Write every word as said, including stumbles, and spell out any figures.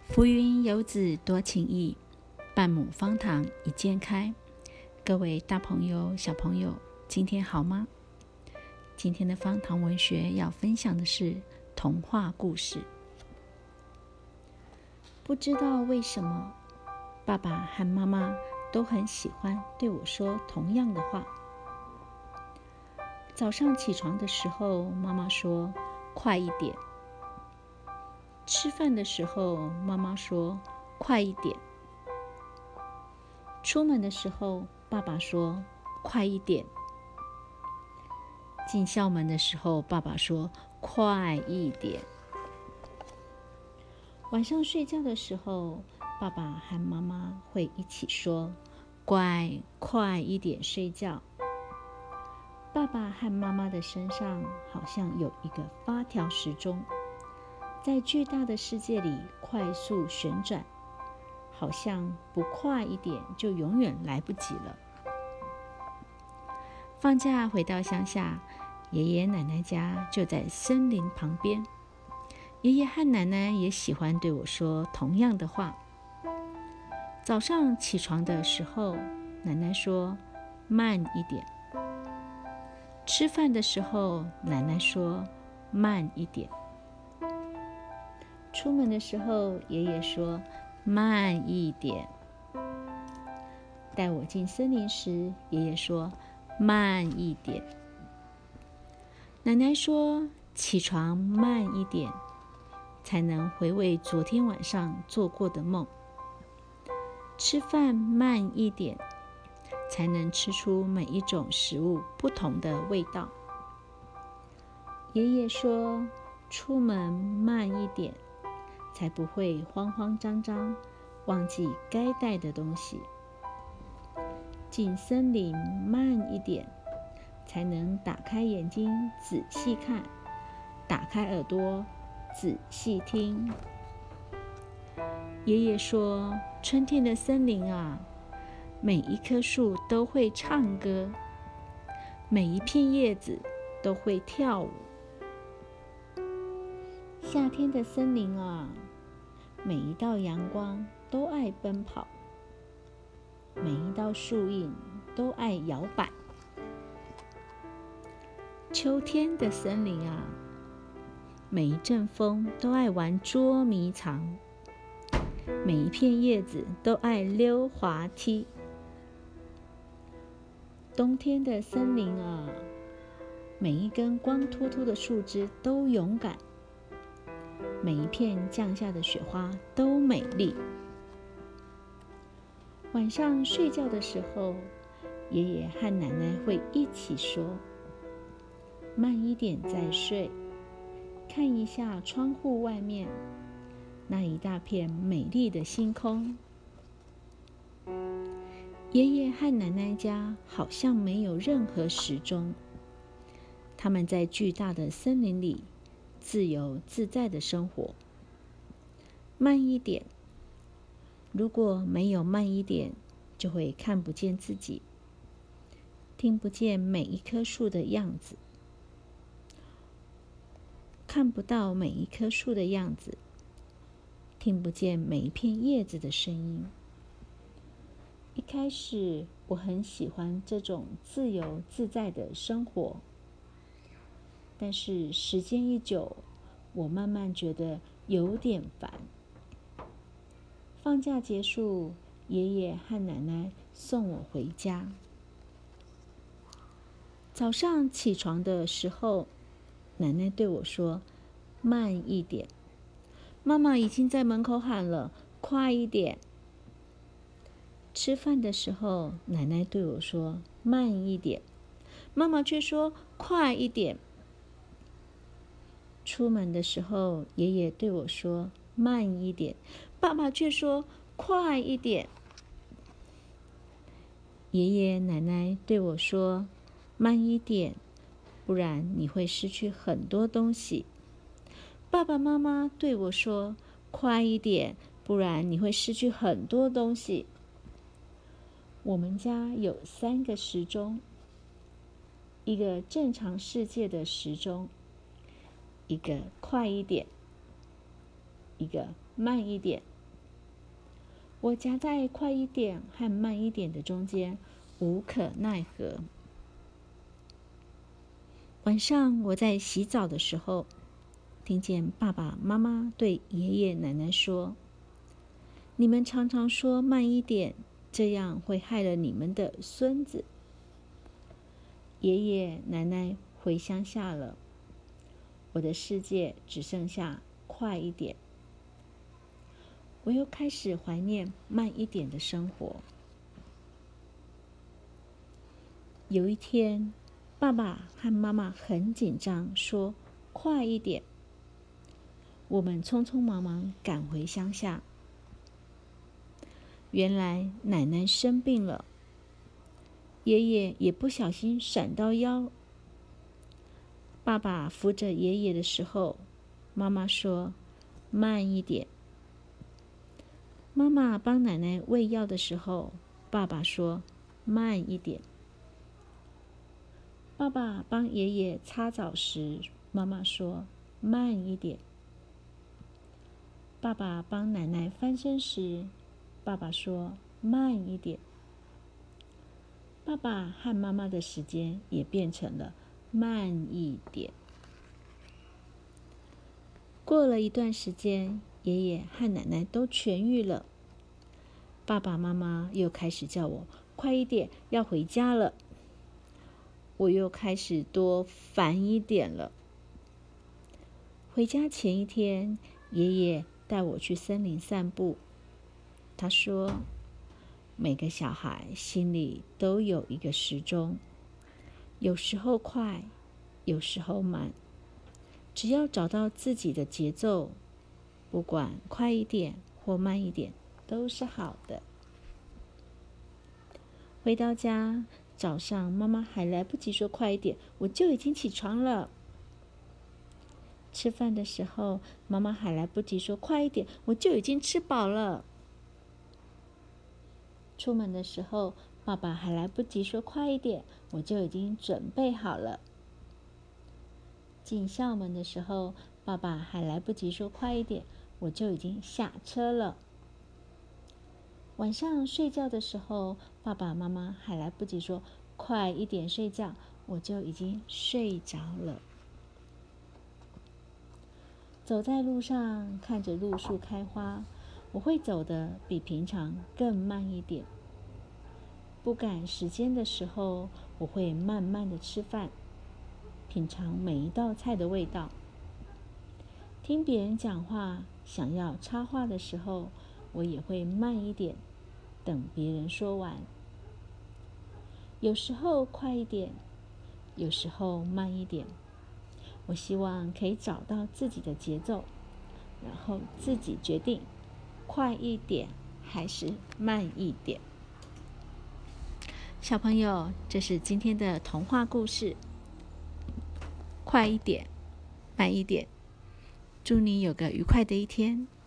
浮云游子多情意，半亩方塘一鉴开。各位大朋友小朋友，今天好吗？今天的方塘文学要分享的是童话故事。不知道为什么，爸爸和妈妈都很喜欢对我说同样的话。早上起床的时候，妈妈说快一点。吃饭的时候，妈妈说快一点。出门的时候，爸爸说快一点。进校门的时候，爸爸说快一点。晚上睡觉的时候，爸爸和妈妈会一起说乖，快一点睡觉。爸爸和妈妈的身上好像有一个发条时钟，在巨大的世界里快速旋转，好像不快一点就永远来不及了。放假回到乡下，爷爷奶奶家就在森林旁边。爷爷和奶奶也喜欢对我说同样的话。早上起床的时候，奶奶说慢一点。吃饭的时候，奶奶说慢一点。出门的时候，爷爷说慢一点。带我进森林时，爷爷说慢一点。奶奶说起床慢一点，才能回味昨天晚上做过的梦。吃饭慢一点，才能吃出每一种食物不同的味道。爷爷说出门慢一点，才不会慌慌张张忘记该带的东西。进森林慢一点，才能打开眼睛仔细看，打开耳朵仔细听。爷爷说春天的森林啊，每一棵树都会唱歌，每一片叶子都会跳舞。夏天的森林啊，每一道阳光都爱奔跑，每一道树荫都爱摇摆。秋天的森林啊，每一阵风都爱玩捉迷藏，每一片叶子都爱溜滑梯。冬天的森林啊，每一根光秃秃的树枝都勇敢，每一片降下的雪花都美丽。晚上睡觉的时候，爷爷和奶奶会一起说慢一点再睡，看一下窗户外面那一大片美丽的星空。爷爷和奶奶家好像没有任何时钟，他们在巨大的森林里自由自在的生活。慢一点，如果没有慢一点，就会看不见自己，听不见每一棵树的样子，看不到每一棵树的样子，听不见每一片叶子的声音。一开始我很喜欢这种自由自在的生活，但是时间一久，我慢慢觉得有点烦。放假结束，爷爷和奶奶送我回家。早上起床的时候，奶奶对我说慢一点。妈妈已经在门口喊了快一点。吃饭的时候，奶奶对我说慢一点，妈妈却说快一点。出门的时候，爷爷对我说慢一点，爸爸却说快一点。爷爷奶奶对我说慢一点，不然你会失去很多东西。爸爸妈妈对我说快一点，不然你会失去很多东西。我们家有三个时钟，一个正常世界的时钟，一个快一点，一个慢一点， 我夹在快一点和慢一点的中间，无可奈何。晚上我在洗澡的时候，听见爸爸妈妈对爷爷奶奶说：“你们常常说慢一点，这样会害了你们的孙子。”爷爷奶奶回乡下了，我的世界只剩下快一点。我又开始怀念慢一点的生活。有一天，爸爸和妈妈很紧张，说：“快一点。”我们匆匆忙忙赶回乡下。原来奶奶生病了，爷爷也不小心闪到腰。爸爸扶着爷爷的时候，妈妈说：“慢一点。”妈妈帮奶奶喂药的时候，爸爸说：“慢一点。”爸爸帮爷爷擦澡时，妈妈说：“慢一点。”爸爸帮奶奶翻身时，爸爸说：“慢一点。”爸爸和妈妈的时间也变成了慢一点。过了一段时间，爷爷和奶奶都痊愈了。爸爸妈妈又开始叫我快一点，要回家了。我又开始多烦一点了。回家前一天，爷爷带我去森林散步。他说，每个小孩心里都有一个时钟，有时候快，有时候慢。只要找到自己的节奏，不管快一点或慢一点，都是好的。回到家，早上妈妈还来不及说快一点，我就已经起床了。吃饭的时候，妈妈还来不及说快一点，我就已经吃饱了。出门的时候，爸爸还来不及说快一点，我就已经准备好了。进校门的时候，爸爸还来不及说快一点，我就已经下车了。晚上睡觉的时候，爸爸妈妈还来不及说快一点睡觉，我就已经睡着了。走在路上，看着路树开花，我会走得比平常更慢一点。不赶时间的时候，我会慢慢的吃饭，品尝每一道菜的味道。听别人讲话，想要插话的时候，我也会慢一点，等别人说完。有时候快一点，有时候慢一点。我希望可以找到自己的节奏，然后自己决定快一点还是慢一点。小朋友，这是今天的童话故事，快一点，慢一点。祝你有个愉快的一天。